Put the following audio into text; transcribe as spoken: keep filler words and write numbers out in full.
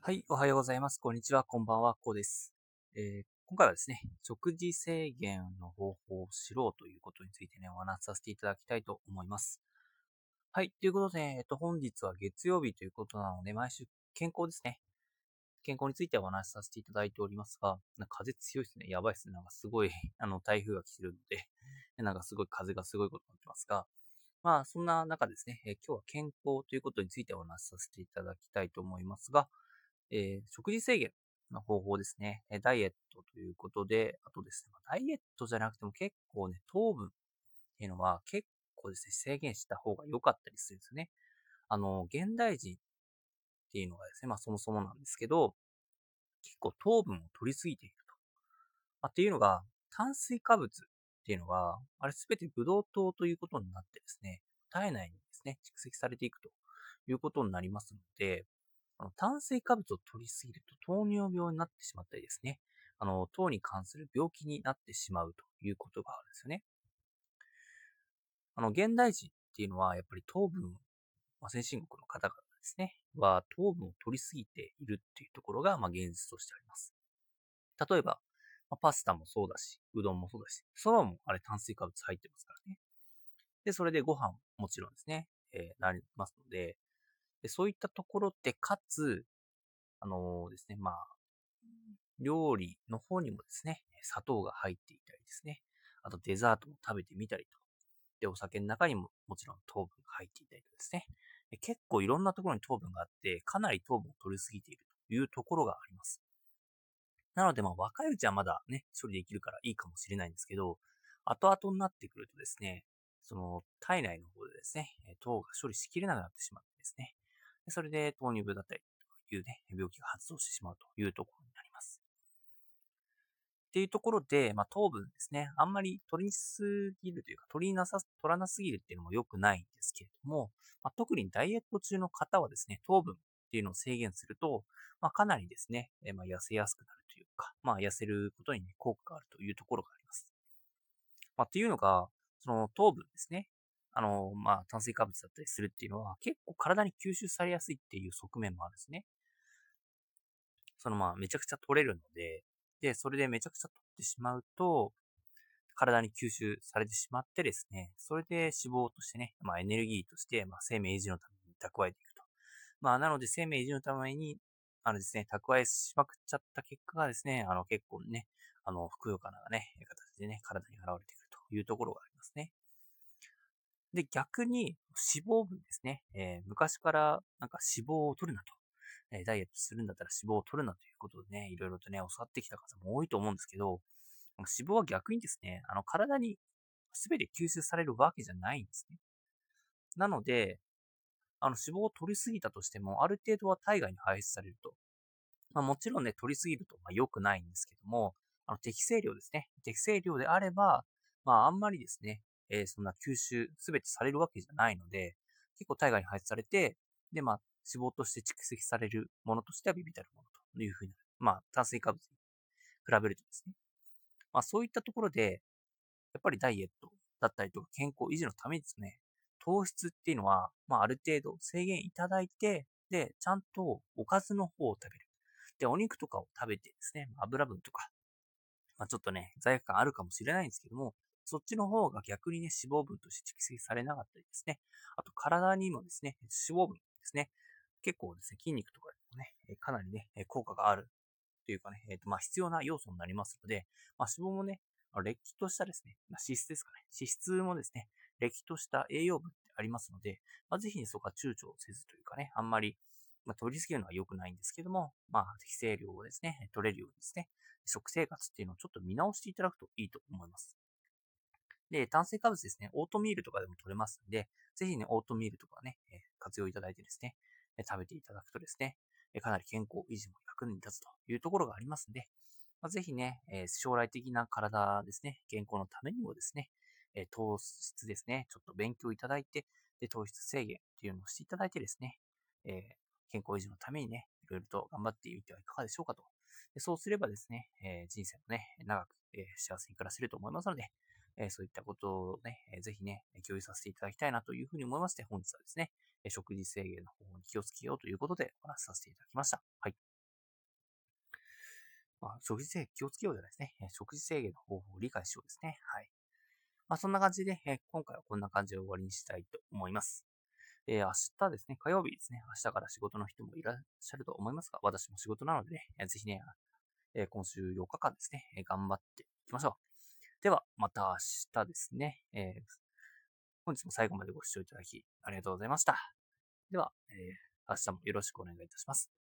はい、おはようございます。こんにちは、こんばんは、こうです。えー今回はですね、食事制限の方法を知ろうということについてね、お話しさせていただきたいと思います。はい、ということで、えっと、本日は月曜日ということなので、毎週健康ですね。健康についてお話しさせていただいておりますが、なんか風強いですね。やばいですね。なんかすごい、あの、台風が来てるので、なんかすごい風がすごいことになってますが、まあ、そんな中ですね、えー今日は健康ということについてお話しさせていただきたいと思いますが、えー食事制限の方法ですね。えーダイエットということで、あとですね、ダイエットじゃなくても結構ね、糖分っていうのは結構ですね、制限した方が良かったりするんですね。あの、現代人っていうのがですね、まあそもそもなんですけど、結構糖分を取りすぎていると。まあ、っていうのが、炭水化物っていうのが、あれすべてブドウ糖ということになってですね、体内にですね、蓄積されていくということになりますので、あの炭水化物を取りすぎると糖尿病になってしまったりですね、あの、糖に関する病気になってしまうということがあるんですよね。あの、現代人っていうのは、やっぱり糖分、まあ、先進国の方々ですね、は糖分を取りすぎているっていうところが、まあ、現実としてあります。例えば、まあ、パスタもそうだし、うどんもそうだし、そばもあれ炭水化物入ってますからね。で、それでご飯ももちろんですね、えーなりますので、で、そういったところで、かつ、あのーですね、まあ、料理の方にもですね、砂糖が入っていたりですね、あとデザートも食べてみたりと。で、お酒の中にももちろん糖分が入っていたりとですね。結構いろんなところに糖分があって、かなり糖分を取りすぎているというところがあります。なので、まあ、若いうちはまだね、処理できるからいいかもしれないんですけど、後々になってくるとですね、その体内の方でですね、糖が処理しきれなくなってしまってですね、それで糖尿病だったりというね、病気が発動してしまうというところになります。っていうところで、まあ、糖分ですね、あんまり取りすぎるというか、取りなさ、取らなすぎるっていうのも良くないんですけれども、まあ、特にダイエット中の方はですね、糖分っていうのを制限すると、まあ、かなりですね、えーまあ、痩せやすくなるというか、まあ、痩せることに、ね、効果があるというところがあります。まあ、っていうのが、その糖分ですね、あの、まあ、炭水化物だったりするっていうのは、結構体に吸収されやすいっていう側面もあるんですね。そのまあ、めちゃくちゃ取れるので、で、それでめちゃくちゃ取ってしまうと、体に吸収されてしまってですね、それで脂肪としてね、まあエネルギーとして、まあ生命維持のために蓄えていくと。まあなので生命維持のために、あのですね、蓄えしまくっちゃった結果がですね、あの結構ね、あの、ふくよかなね、形でね、体に現れてくるというところがありますね。で、逆に脂肪分ですね、えー昔からなんか脂肪を取るなと。えーダイエットするんだったら脂肪を取るなということでね、いろいろとね、教わってきた方も多いと思うんですけど、脂肪は逆にですね、あの、体に全て吸収されるわけじゃないんですね。なので、あの、脂肪を取りすぎたとしても、ある程度は体外に排出されると。まあ、もちろんね、取りすぎると、まあ、良くないんですけども、あの、適正量ですね。適正量であれば、まあ、あんまりですね、えーそんな吸収全てされるわけじゃないので、結構体外に排出されて、で、まあ、脂肪として蓄積されるものとしてはビビたるものというふうに、まあ、炭水化物に比べるとですね。まあ、そういったところで、やっぱりダイエットだったりとか健康維持のためにですね、糖質っていうのは、まあ、ある程度制限いただいて、で、ちゃんとおかずの方を食べる。で、お肉とかを食べてですね、油分とか、まあ、ちょっとね、罪悪感あるかもしれないんですけども、そっちの方が逆にね、脂肪分として蓄積されなかったりですね、あと体にもですね、脂肪分ですね、結構ですね、筋肉とかにもね、かなりね、効果があるというかね、えっ、と、まあ、必要な要素になりますので、まあ、脂肪もね、れっきとしたですね、まあ、脂質ですかね。脂質もですね、れっきとした栄養分ってありますので、まあ、ぜひね、そこは躊躇せずというかね、あんまり、まあ、取りすぎるのは良くないんですけども、まあ、適正量をですね、取れるようにですね、食生活っていうのをちょっと見直していただくといいと思います。で、炭水化物ですね、オートミールとかでも取れますんで、ぜひね、オートミールとかね、えー活用いただいてですね、えー食べていただくとですね、えーかなり健康維持も役に立つというところがありますんで、まあ、ぜひね、えー将来的な体ですね、健康のためにもですね、えー糖質ですね、ちょっと勉強いただいて、で、糖質制限っていうのをしていただいてですね、えー健康維持のためにね、いろいろと頑張ってみてはいかがでしょうかと。でそうすればですね、えー人生もね、長く、えー幸せに暮らせると思いますので、えーそういったことをね、えーぜひね、共有させていただきたいなというふうに思いまして、本日はですね、えー食事制限の方法に気をつけようということでお話しさせていただきました。はい。 まあ、食事制限気をつけようじゃないですね。えー食事制限の方法を理解しようですね。はい。まあ、そんな感じで、えー今回はこんな感じで終わりにしたいと思います。えー明日ですね、火曜日ですね、明日から仕事の人もいらっしゃると思いますが、私も仕事なのでね、えーぜひね、えー今週よっかかんですね、えー頑張っていきましょう。では、また明日ですね、えー本日も最後までご視聴いただきありがとうございました。では、えー明日もよろしくお願いいたします。